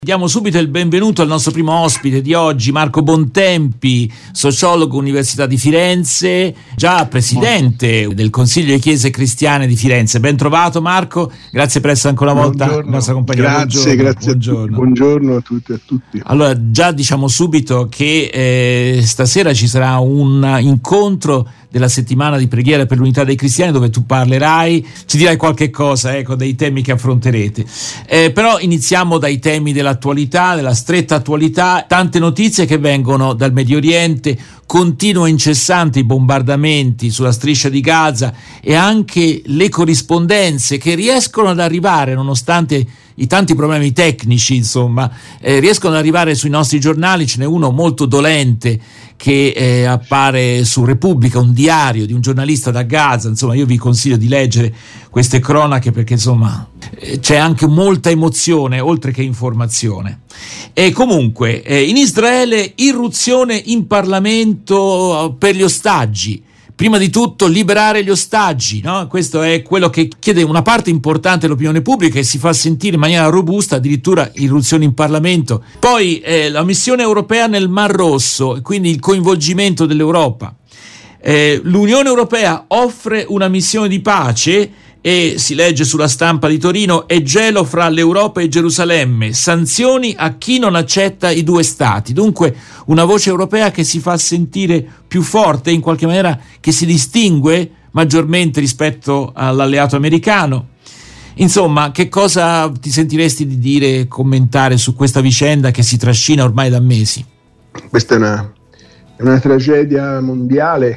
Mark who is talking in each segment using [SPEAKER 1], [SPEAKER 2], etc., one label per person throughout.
[SPEAKER 1] Diamo subito il benvenuto al nostro primo ospite di oggi, Marco Bontempi, sociologo Università di Firenze, già presidente del Consiglio di Chiese Cristiane di Firenze. Ben trovato Marco, grazie per essere ancora una volta in nostra compagnia.
[SPEAKER 2] Grazie buongiorno. Buongiorno a tutti e a tutti.
[SPEAKER 1] Allora, già diciamo subito che stasera ci sarà un incontro della settimana di preghiera per l'unità dei cristiani, dove tu parlerai, ci dirai qualche cosa dei temi che affronterete. Però iniziamo dai temi dell'attualità, della stretta attualità, tante notizie che vengono dal Medio Oriente, continui e incessanti bombardamenti sulla striscia di Gaza e anche le corrispondenze che riescono ad arrivare, nonostante i tanti problemi tecnici, riescono ad arrivare sui nostri giornali. Ce n'è uno molto dolente che appare su Repubblica, un diario di un giornalista da Gaza. Io vi consiglio di leggere queste cronache perché c'è anche molta emozione oltre che informazione. E comunque in Israele irruzione in Parlamento per gli ostaggi. Prima di tutto liberare gli ostaggi, no? Questo è quello che chiede una parte importante dell'opinione pubblica e si fa sentire in maniera robusta, addirittura irruzioni in Parlamento. Poi la missione europea nel Mar Rosso, e quindi il coinvolgimento dell'Europa. L'Unione Europea offre una missione di pace e si legge sulla stampa di Torino: è gelo fra l'Europa e Gerusalemme, sanzioni a chi non accetta i due stati. Dunque una voce europea che si fa sentire più forte, in qualche maniera che si distingue maggiormente rispetto all'alleato americano. Che cosa ti sentiresti di dire, commentare su questa vicenda che si trascina ormai da mesi?
[SPEAKER 2] Questa è una tragedia mondiale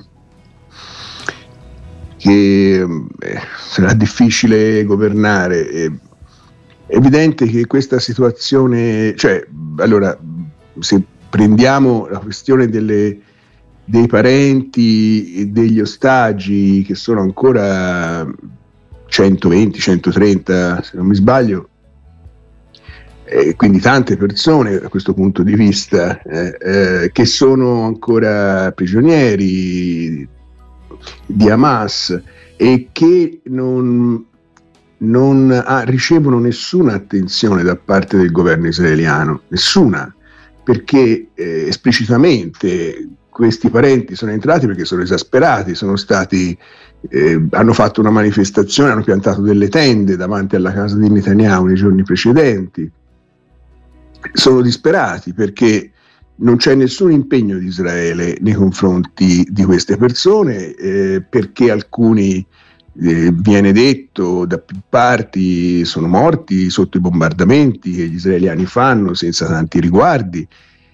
[SPEAKER 2] che sarà difficile governare. È evidente che questa situazione, se prendiamo la questione dei parenti e degli ostaggi, che sono ancora 120, 130 se non mi sbaglio, quindi tante persone da questo punto di vista che sono ancora prigionieri di Hamas e che non ricevono nessuna attenzione da parte del governo israeliano, nessuna, perché esplicitamente questi parenti sono entrati perché sono esasperati, hanno fatto una manifestazione, hanno piantato delle tende davanti alla casa di Netanyahu nei giorni precedenti, sono disperati perché non c'è nessun impegno di Israele nei confronti di queste persone, perché alcuni, viene detto da più parti, sono morti sotto i bombardamenti che gli israeliani fanno senza tanti riguardi,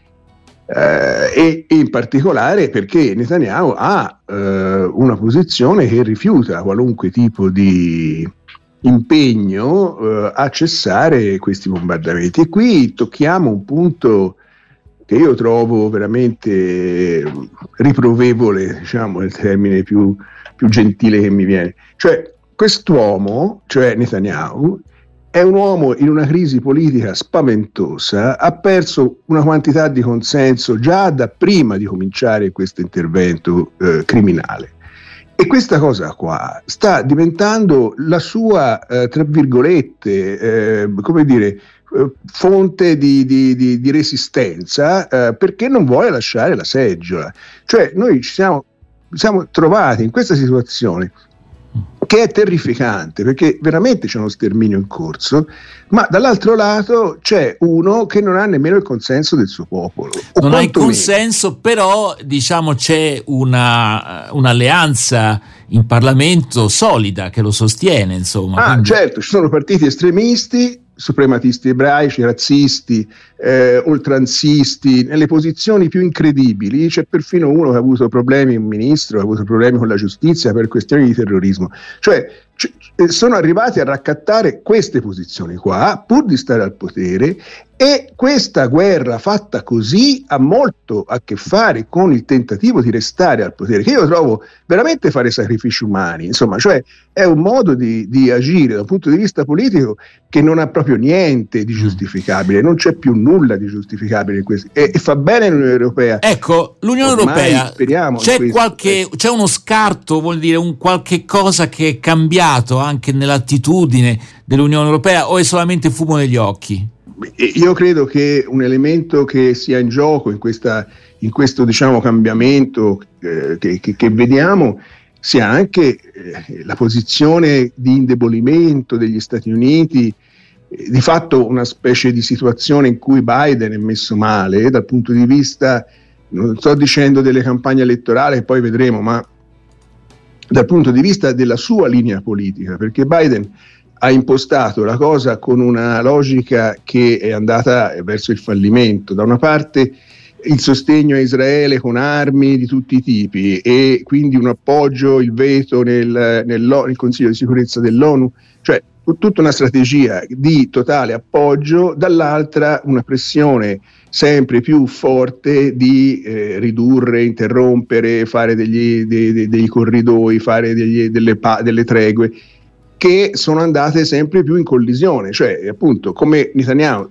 [SPEAKER 2] e in particolare perché Netanyahu ha una posizione che rifiuta qualunque tipo di impegno a cessare questi bombardamenti. E qui tocchiamo un punto che io trovo veramente riprovevole, è il termine più gentile che mi viene. Quest'uomo, Netanyahu, è un uomo in una crisi politica spaventosa, ha perso una quantità di consenso già da prima di cominciare questo intervento criminale. E questa cosa qua sta diventando la sua, tra virgolette, fonte di resistenza, perché non vuole lasciare la seggiola. Noi ci siamo trovati in questa situazione che è terrificante, perché veramente c'è uno sterminio in corso, ma dall'altro lato c'è uno che non ha nemmeno il consenso del suo popolo.
[SPEAKER 1] Non ha il consenso, però c'è un'alleanza in Parlamento solida che lo sostiene, quindi...
[SPEAKER 2] Certo, ci sono partiti estremisti, suprematisti ebraici, razzisti, oltranzisti, nelle posizioni più incredibili. C'è perfino uno che ha avuto problemi, un ministro che ha avuto problemi con la giustizia per questioni di terrorismo. Sono arrivati a raccattare queste posizioni qua pur di stare al potere, e questa guerra fatta così ha molto a che fare con il tentativo di restare al potere, che io trovo veramente fare sacrifici umani. È un modo di agire da un punto di vista politico che non ha proprio niente di giustificabile, non c'è più nulla di giustificabile in questo, e fa bene l'Unione Europea.
[SPEAKER 1] Ecco, l'Unione Europea, c'è uno scarto, vuol dire un qualche cosa che è cambiato anche nell'attitudine dell'Unione Europea, o è solamente fumo negli occhi?
[SPEAKER 2] io credo che un elemento che sia in gioco in questo diciamo cambiamento che vediamo sia anche la posizione di indebolimento degli Stati Uniti, di fatto una specie di situazione in cui Biden è messo male dal punto di vista, non sto dicendo delle campagne elettorali, poi vedremo, ma dal punto di vista della sua linea politica, perché Biden ha impostato la cosa con una logica che è andata verso il fallimento. Da una parte il sostegno a Israele con armi di tutti i tipi e quindi un appoggio, il veto nel Consiglio di sicurezza dell'ONU, cioè tutta una strategia di totale appoggio, dall'altra una pressione sempre più forte di ridurre, interrompere, fare dei corridoi, fare delle tregue che sono andate sempre più in collisione, cioè appunto come Netanyahu,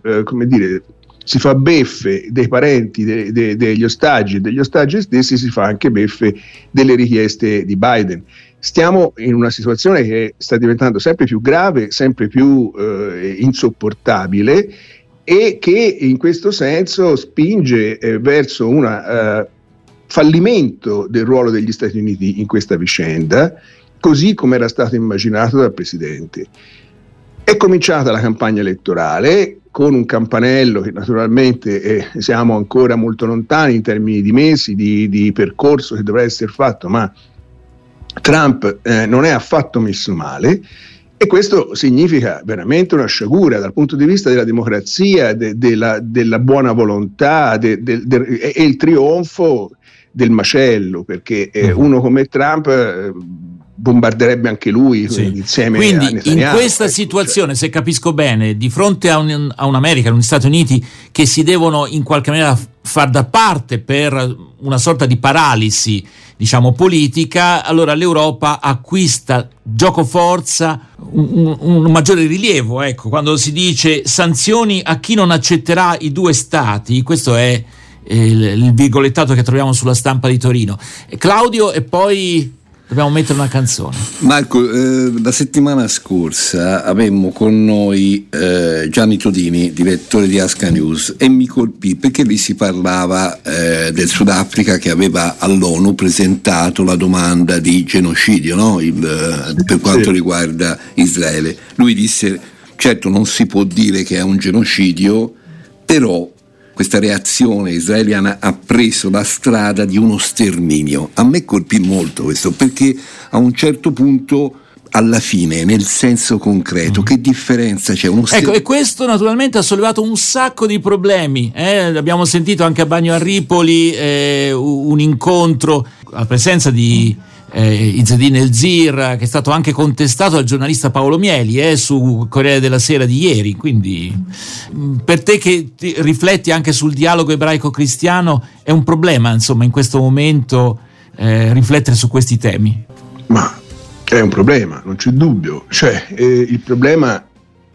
[SPEAKER 2] si fa beffe dei parenti degli ostaggi e degli ostaggi stessi, si fa anche beffe delle richieste di Biden. Stiamo in una situazione che sta diventando sempre più grave, sempre più insopportabile e che in questo senso spinge verso un fallimento del ruolo degli Stati Uniti in questa vicenda, così come era stato immaginato dal Presidente. È cominciata la campagna elettorale con un campanello che naturalmente siamo ancora molto lontani in termini di mesi, di percorso che dovrà essere fatto, ma Trump non è affatto messo male e questo significa veramente una sciagura dal punto di vista della democrazia, della buona volontà e il trionfo del macello, perché uno come Trump bombarderebbe anche lui insieme
[SPEAKER 1] quindi
[SPEAKER 2] a Netanyahu.
[SPEAKER 1] In questa situazione, se capisco bene, di fronte a un'America, agli Stati Uniti che si devono in qualche maniera far da parte per una sorta di paralisi, diciamo, politica, allora l'Europa acquista giocoforza un maggiore rilievo, ecco, quando si dice sanzioni a chi non accetterà i due stati. Questo è il virgolettato che troviamo sulla stampa di Torino. Claudio, e poi dobbiamo mettere una canzone.
[SPEAKER 3] Marco, la settimana scorsa avemmo con noi Gianni Todini, direttore di Asca News, e mi colpì perché lì si parlava del Sudafrica che aveva all'ONU presentato la domanda di genocidio, no? Per quanto riguarda Israele. Lui disse: certo non si può dire che è un genocidio, però questa reazione israeliana ha preso la strada di uno sterminio. A me colpì molto questo, perché a un certo punto, alla fine, nel senso concreto, che differenza c'è? Ecco,
[SPEAKER 1] e questo naturalmente ha sollevato un sacco di problemi. Abbiamo sentito anche a Bagno a Ripoli un incontro alla presenza di Izzedine El-Zir, che è stato anche contestato dal giornalista Paolo Mieli su Corriere della Sera di ieri. Quindi per te che rifletti anche sul dialogo ebraico-cristiano, è un problema, insomma, in questo momento riflettere su questi temi?
[SPEAKER 2] Ma è un problema, non c'è dubbio. Cioè, il problema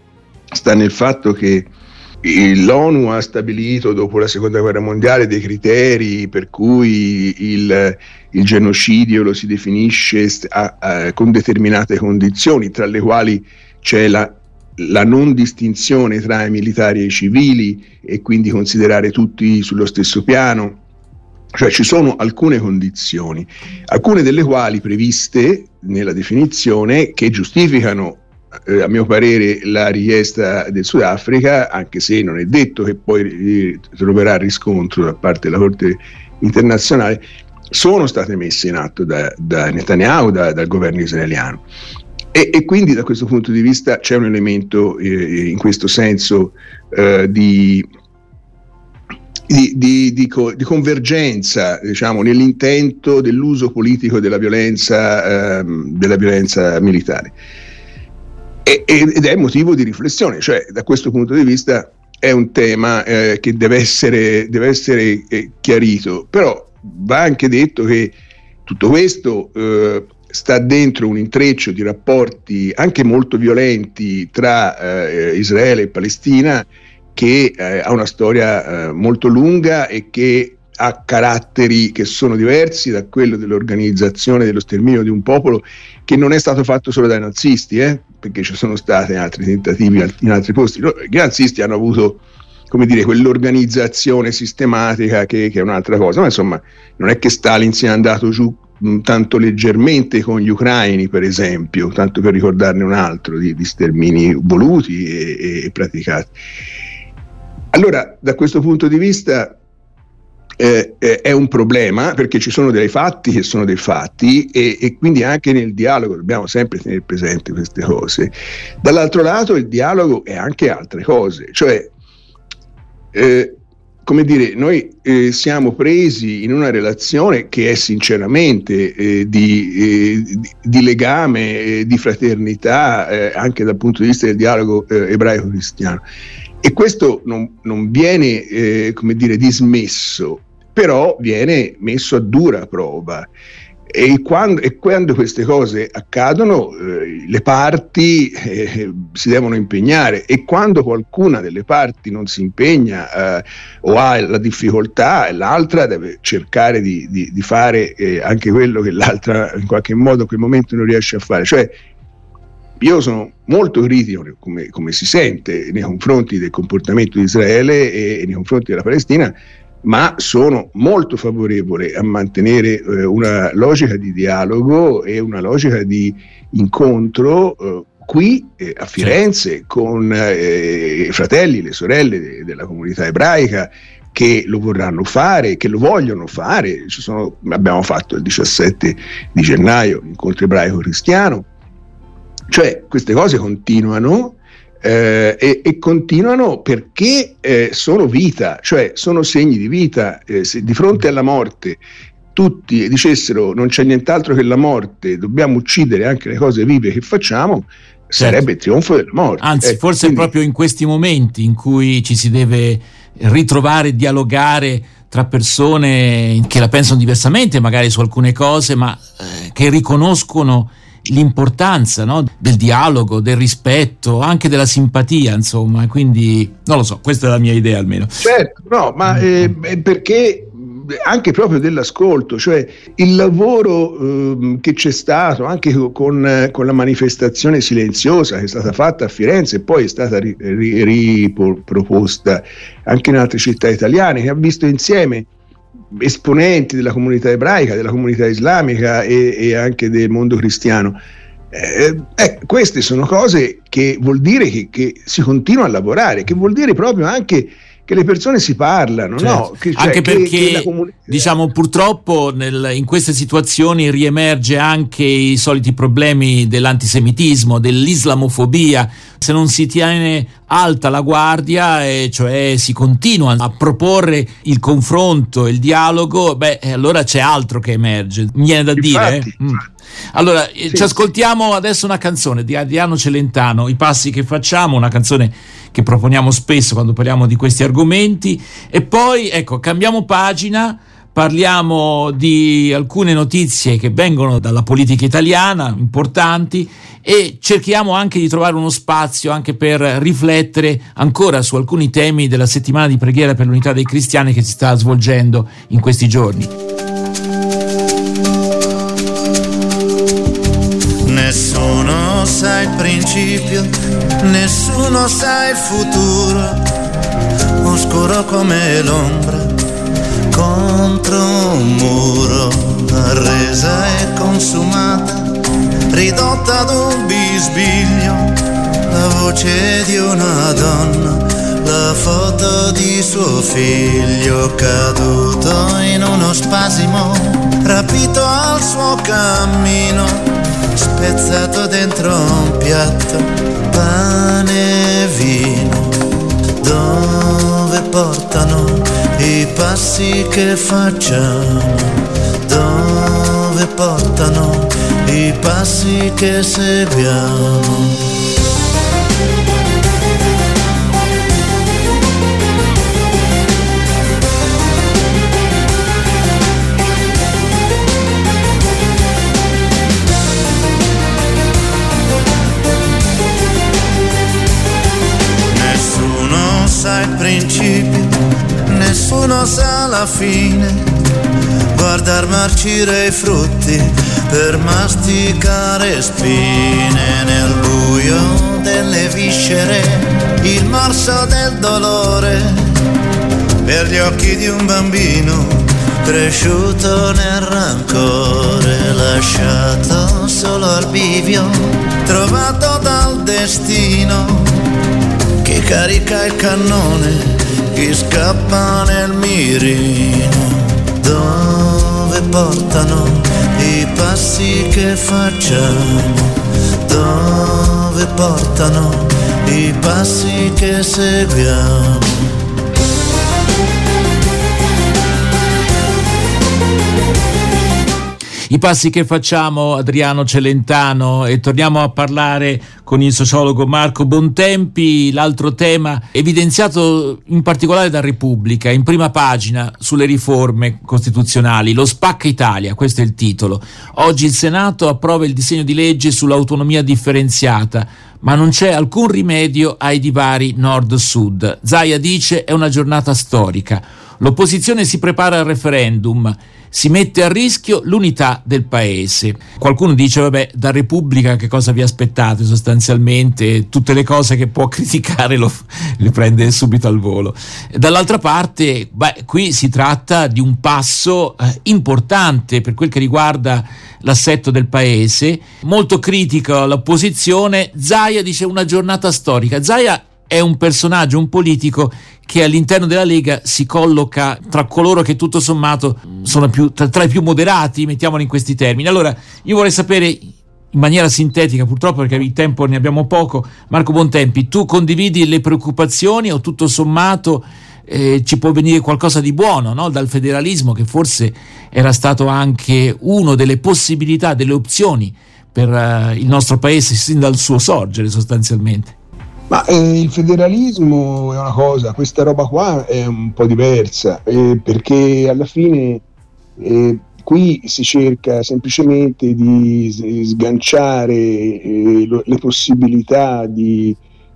[SPEAKER 2] sta nel fatto che l'ONU ha stabilito dopo la seconda guerra mondiale dei criteri per cui il genocidio lo si definisce con determinate condizioni, tra le quali c'è la non distinzione tra i militari e i civili e quindi considerare tutti sullo stesso piano. Cioè ci sono alcune condizioni, alcune delle quali previste nella definizione, che giustificano a mio parere la richiesta del Sudafrica, anche se non è detto che poi troverà riscontro da parte della Corte internazionale, sono state messe in atto da Netanyahu, dal governo israeliano. E quindi da questo punto di vista c'è un elemento in questo senso di convergenza, diciamo, nell'intento dell'uso politico della violenza militare. Ed è motivo di riflessione, cioè da questo punto di vista è un tema che deve essere chiarito, però va anche detto che tutto questo sta dentro un intreccio di rapporti anche molto violenti tra Israele e Palestina, che ha una storia molto lunga e che ha caratteri che sono diversi da quello dell'organizzazione dello sterminio di un popolo, che non è stato fatto solo dai nazisti, perché ci sono stati altri tentativi in altri posti. I nazisti hanno avuto, come dire, quell'organizzazione sistematica che è un'altra cosa, ma insomma non è che Stalin sia andato giù tanto leggermente con gli ucraini, per esempio, tanto per ricordarne un altro di stermini voluti e praticati. Allora, da questo punto di vista è un problema, perché ci sono dei fatti che sono dei fatti, e quindi anche nel dialogo dobbiamo sempre tenere presente queste cose. Dall'altro lato il dialogo è anche altre cose, cioè come dire, noi siamo presi in una relazione che è sinceramente di legame, di fraternità, anche dal punto di vista del dialogo ebraico-cristiano, e questo non viene come dire dismesso, però viene messo a dura prova. E quando queste cose accadono, le parti si devono impegnare, e quando qualcuna delle parti non si impegna o ha la difficoltà, l'altra deve cercare di fare anche quello che l'altra in qualche modo in quel momento non riesce a fare. Cioè, io sono molto critico, come si sente, nei confronti del comportamento di Israele e nei confronti della Palestina, ma sono molto favorevole a mantenere una logica di dialogo e una logica di incontro qui a Firenze, con i fratelli, le sorelle della comunità ebraica, che lo vorranno fare, che lo vogliono fare. Abbiamo fatto il 17 di gennaio l'incontro ebraico-cristiano. Cioè, queste cose continuano, e continuano perché sono vita, cioè sono segni di vita. Se di fronte alla morte tutti dicessero non c'è nient'altro che la morte, dobbiamo uccidere anche le cose vive che facciamo, sarebbe il trionfo della morte.
[SPEAKER 1] Anzi, forse quindi, proprio in questi momenti in cui ci si deve ritrovare, dialogare tra persone che la pensano diversamente magari su alcune cose, ma che riconoscono l'importanza, no, del dialogo, del rispetto, anche della simpatia, insomma. Quindi non lo so, questa è la mia idea almeno.
[SPEAKER 2] Certo, no, ma perché anche proprio dell'ascolto, cioè il lavoro che c'è stato anche con la manifestazione silenziosa che è stata fatta a Firenze e poi è stata riproposta anche in altre città italiane, che ha visto insieme esponenti della comunità ebraica, della comunità islamica e anche del mondo cristiano. Queste sono cose che vuol dire che si continua a lavorare, che vuol dire proprio anche che le persone si parlano, certo. No?
[SPEAKER 1] Anche perché diciamo purtroppo in queste situazioni riemerge anche i soliti problemi dell'antisemitismo, dell'islamofobia. Se non si tiene alta la guardia, cioè si continua a proporre il confronto, il dialogo, allora c'è altro che emerge, mi viene da dire. Allora, sì, ci ascoltiamo adesso una canzone di Adriano Celentano, I passi che facciamo, una canzone che proponiamo spesso quando parliamo di questi argomenti, e poi cambiamo pagina, parliamo di alcune notizie che vengono dalla politica italiana, importanti, e cerchiamo anche di trovare uno spazio anche per riflettere ancora su alcuni temi della settimana di preghiera per l'unità dei cristiani che si sta svolgendo in questi giorni.
[SPEAKER 4] Nessuno sa il principio, nessuno sa il futuro, oscuro come l'ombra contro un muro, arresa e consumata, ridotta ad un bisbiglio, la voce di una donna, la foto di suo figlio, caduto in uno spasimo, rapito al suo cammino, spezzato dentro un piatto, pane e vino, dove portano i passi che facciamo, dove portano i passi che seguiamo. Sa il principio, nessuno sa la fine, guardar marcire i frutti per masticare spine, nel buio delle viscere, il morso del dolore, per gli occhi di un bambino cresciuto nel rancore, lasciato solo al bivio, trovato dal destino, chi carica il cannone, chi scappa nel mirino. Dove portano i passi che facciamo? Dove portano i passi che seguiamo?
[SPEAKER 1] I passi che facciamo, Adriano Celentano, e torniamo a parlare con il sociologo Marco Bontempi. L'altro tema evidenziato in particolare da Repubblica, in prima pagina, sulle riforme costituzionali, lo spacca Italia, questo è il titolo. Oggi il Senato approva il disegno di legge sull'autonomia differenziata, ma non c'è alcun rimedio ai divari nord-sud. Zaia dice è una giornata storica. L'opposizione si prepara al referendum, si mette a rischio l'unità del paese. Qualcuno dice, vabbè, da Repubblica che cosa vi aspettate sostanzialmente? Tutte le cose che può criticare le prende subito al volo. Dall'altra parte, qui si tratta di un passo importante per quel che riguarda l'assetto del paese, molto critico l'opposizione. Zaia dice una giornata storica. Zaia è un personaggio, un politico che all'interno della Lega si colloca tra coloro che tutto sommato sono tra i più moderati, mettiamolo in questi termini. Allora, io vorrei sapere in maniera sintetica, purtroppo perché il tempo ne abbiamo poco, Marco Bontempi, tu condividi le preoccupazioni o tutto sommato ci può venire qualcosa di buono, no? Dal federalismo, che forse era stato anche una delle possibilità, delle opzioni per il nostro paese sin dal suo sorgere sostanzialmente?
[SPEAKER 2] Ma il federalismo è una cosa, questa roba qua è un po' diversa, perché alla fine qui si cerca semplicemente di sganciare le possibilità di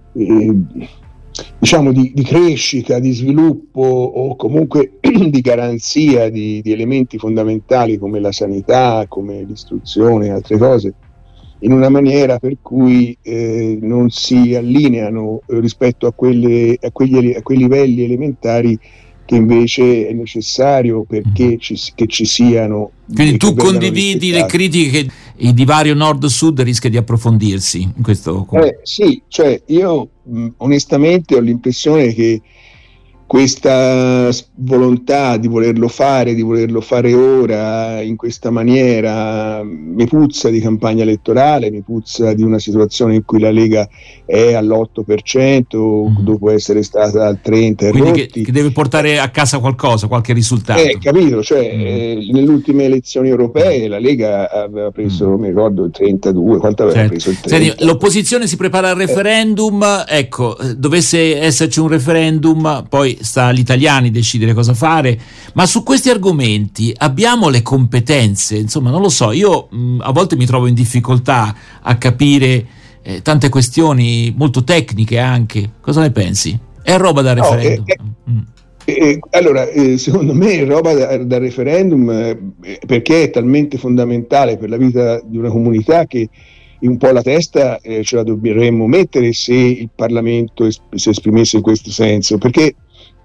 [SPEAKER 2] crescita, di sviluppo o comunque di garanzia di elementi fondamentali come la sanità, come l'istruzione e altre cose, in una maniera per cui non si allineano rispetto a quei livelli elementari che invece è necessario perché che ci siano.
[SPEAKER 1] Quindi tu condividi le critiche che il divario nord-sud rischia di approfondirsi in questo?
[SPEAKER 2] Sì, cioè io onestamente ho l'impressione che questa volontà di volerlo fare ora in questa maniera mi puzza di campagna elettorale, mi puzza di una situazione in cui la Lega è all'8% dopo essere stata al 30%.
[SPEAKER 1] Quindi che deve portare a casa qualcosa, qualche risultato.
[SPEAKER 2] Capito, cioè nelle ultime elezioni europee la Lega aveva preso, non mi ricordo, il 32, quanto aveva preso il 30.
[SPEAKER 1] Senti, l'opposizione si prepara al referendum, ecco, dovesse esserci un referendum, poi sta agli italiani decidere cosa fare, ma su questi argomenti abbiamo le competenze, insomma non lo so, io a volte mi trovo in difficoltà a capire tante questioni molto tecniche anche. Cosa ne pensi? È roba da referendum?
[SPEAKER 2] Allora, secondo me è roba da referendum perché è talmente fondamentale per la vita di una comunità che un po' la testa ce la dovremmo mettere se il Parlamento si esprimesse in questo senso, perché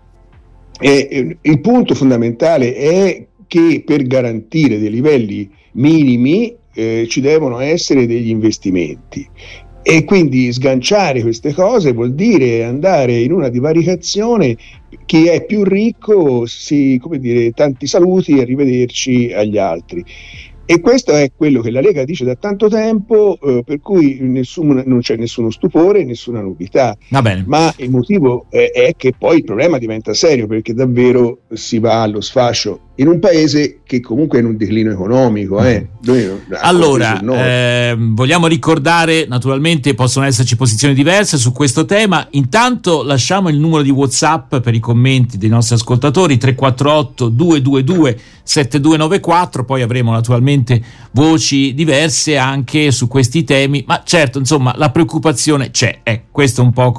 [SPEAKER 2] il punto fondamentale è che per garantire dei livelli minimi ci devono essere degli investimenti e quindi sganciare queste cose vuol dire andare in una divaricazione. Chi è più ricco tanti saluti e arrivederci agli altri. E questo è quello che la Lega dice da tanto tempo, per cui non c'è nessuno stupore, nessuna novità.
[SPEAKER 1] Va bene. Ma
[SPEAKER 2] il motivo è che poi il problema diventa serio, perché davvero si va allo sfascio in un paese che comunque è in un declino economico.
[SPEAKER 1] Allora, vogliamo ricordare, naturalmente possono esserci posizioni diverse su questo tema. Intanto lasciamo il numero di WhatsApp per i commenti dei nostri ascoltatori, 348 222 7294, poi avremo naturalmente voci diverse anche su questi temi, ma certo, insomma, la preoccupazione c'è. Questo è un poco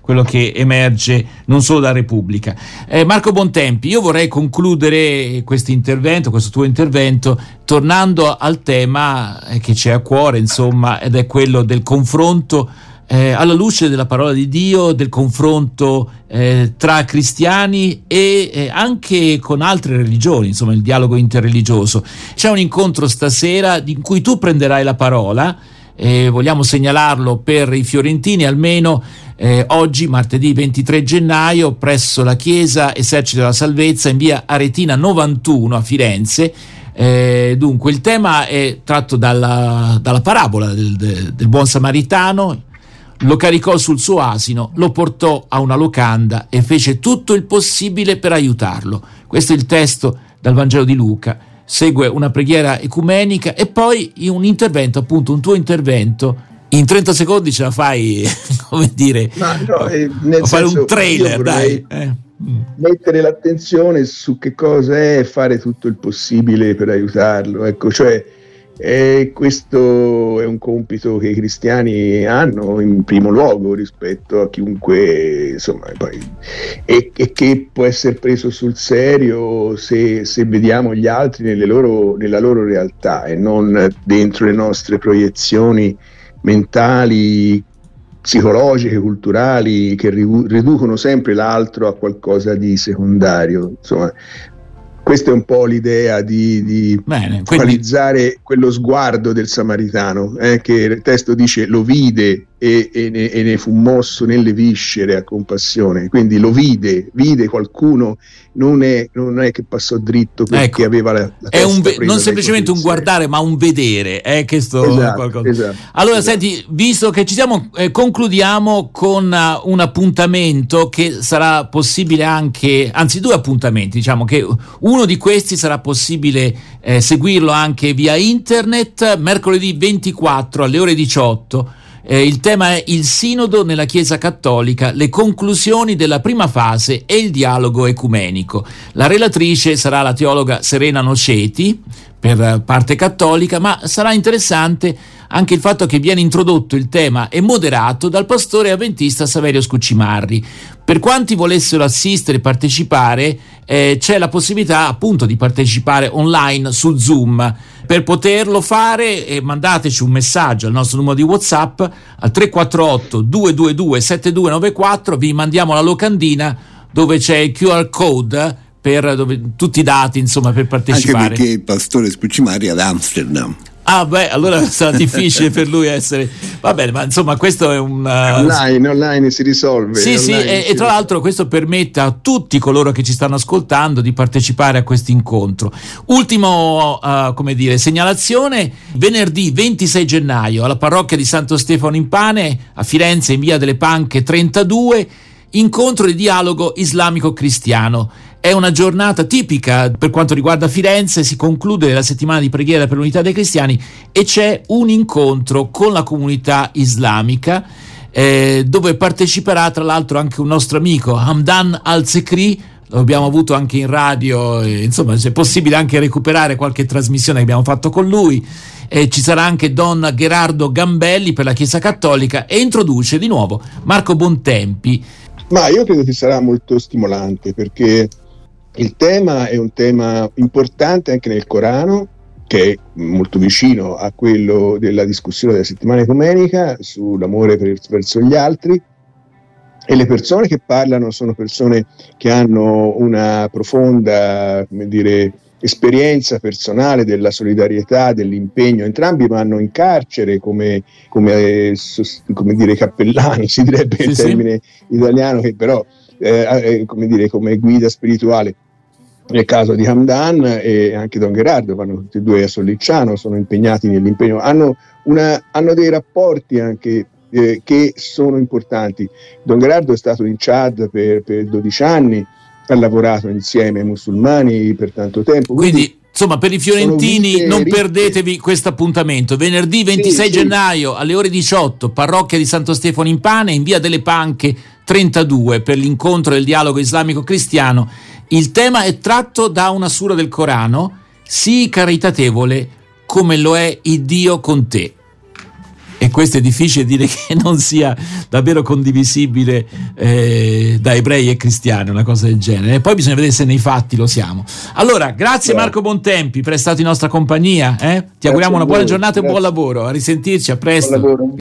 [SPEAKER 1] quello che emerge non solo da Repubblica. Marco Bontempi, io vorrei concludere questo tuo intervento, tornando al tema che c'è a cuore, insomma, ed è quello del confronto alla luce della parola di Dio, del confronto tra cristiani e anche con altre religioni, insomma il dialogo interreligioso. C'è un incontro stasera in cui tu prenderai la parola, vogliamo segnalarlo per i fiorentini almeno, oggi martedì 23 gennaio presso la chiesa Esercito della Salvezza in via Aretina 91 a Firenze. Dunque il tema è tratto dalla parabola del buon samaritano. Lo caricò sul suo asino, lo portò a una locanda e fece tutto il possibile per aiutarlo. Questo è il testo dal Vangelo di Luca. Segue una preghiera ecumenica e poi un intervento, appunto un tuo intervento. In 30 secondi ce la fai, come dire, fare un trailer, dai.
[SPEAKER 2] Mettere l'attenzione su che cosa è fare tutto il possibile per aiutarlo, ecco, cioè questo è un compito che i cristiani hanno in primo luogo rispetto a chiunque, insomma, e che può essere preso sul serio se vediamo gli altri nella loro realtà e non dentro le nostre proiezioni mentali, psicologiche, culturali, che riducono sempre l'altro a qualcosa di secondario. Insomma, questa è un po' l'idea di focalizzare quello sguardo del samaritano, che il testo dice lo vide e ne fu mosso nelle viscere a compassione, quindi lo vide qualcuno, non è che passò dritto perché aveva la testa presa,
[SPEAKER 1] non semplicemente un guardare ma un vedere, qualcosa. Esatto. Allora senti, visto che ci siamo, concludiamo con un appuntamento che sarà possibile anzi due appuntamenti, diciamo che uno di questi sarà possibile seguirlo anche via internet mercoledì 24 alle ore 18. Il tema è il Sinodo nella Chiesa Cattolica, le conclusioni della prima fase e il dialogo ecumenico. La relatrice sarà la teologa Serena Noceti per parte cattolica, ma sarà interessante anche il fatto che viene introdotto il tema e moderato dal pastore avventista Saverio Scuccimarri. Per quanti volessero assistere e partecipare, c'è la possibilità appunto di partecipare online su Zoom. Per poterlo fare, mandateci un messaggio al nostro numero di WhatsApp al 348 222 7294, vi mandiamo la locandina dove c'è il QR code tutti i dati, insomma, per partecipare.
[SPEAKER 3] Anche perché il pastore Scuccimarri è ad Amsterdam.
[SPEAKER 1] Allora sarà difficile per lui essere. Va bene, ma insomma questo è un
[SPEAKER 2] online si risolve.
[SPEAKER 1] Sì, e tra l'altro questo permette a tutti coloro che ci stanno ascoltando di partecipare a questo incontro. Ultimo segnalazione: venerdì 26 gennaio alla parrocchia di Santo Stefano in Pane a Firenze in via delle Panche 32, incontro di dialogo islamico-cristiano. È una giornata tipica per quanto riguarda Firenze, si conclude la settimana di preghiera per l'unità dei cristiani e c'è un incontro con la comunità islamica dove parteciperà tra l'altro anche un nostro amico Hamdan Al-Zekri. Lo abbiamo avuto anche in radio, insomma se è possibile anche recuperare qualche trasmissione che abbiamo fatto con lui. Ci sarà anche Don Gerardo Gambelli per la Chiesa Cattolica e introduce di nuovo Marco Bontempi.
[SPEAKER 2] Ma io credo che sarà molto stimolante perché il tema è un tema importante anche nel Corano, che è molto vicino a quello della discussione della settimana ecumenica sull'amore verso gli altri, e le persone che parlano sono persone che hanno una profonda, esperienza personale della solidarietà, dell'impegno. Entrambi vanno in carcere come cappellano, si direbbe in termine italiano, che però come guida spirituale. Nel caso di Hamdan e anche Don Gerardo vanno tutti e due a Sollicciano, sono impegnati nell'impegno, hanno dei rapporti anche che sono importanti. Don Gerardo è stato in Chad per 12 anni, ha lavorato insieme ai musulmani per tanto tempo.
[SPEAKER 1] Quindi insomma, per i fiorentini non perdetevi questo appuntamento. Venerdì 26 gennaio alle ore 18, parrocchia di Santo Stefano in Pane in via delle Panche 32 per l'incontro del dialogo islamico-cristiano. Il tema è tratto da una sura del Corano: sii caritatevole come lo è il Dio con te. E questo è difficile dire che non sia davvero condivisibile da ebrei e cristiani, una cosa del genere. E poi bisogna vedere se nei fatti lo siamo. Allora, grazie Marco Bontempi per essere stato in nostra compagnia. Ti auguriamo una buona giornata e un buon lavoro. A risentirci, a presto.